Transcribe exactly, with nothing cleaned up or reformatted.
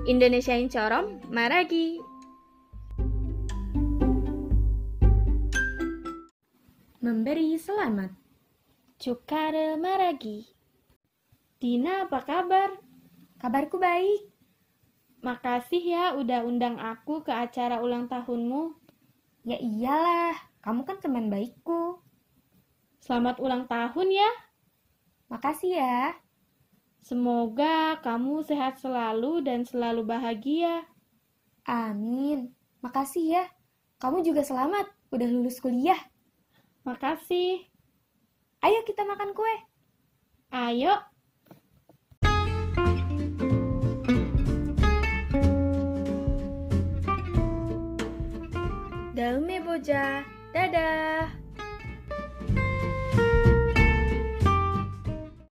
Indonesiain Corom Maragi. Memberi selamat. Cukare Maragi. Dina, apa kabar? Kabarku baik. Makasih ya udah undang aku ke acara ulang tahunmu. Ya iyalah, kamu kan teman baikku. Selamat ulang tahun ya. Makasih ya. Semoga kamu sehat selalu dan selalu bahagia. Amin. Makasih ya. Kamu juga selamat, udah lulus kuliah. Makasih. Ayo kita makan kue. Ayo. Daume Boja. Dadah.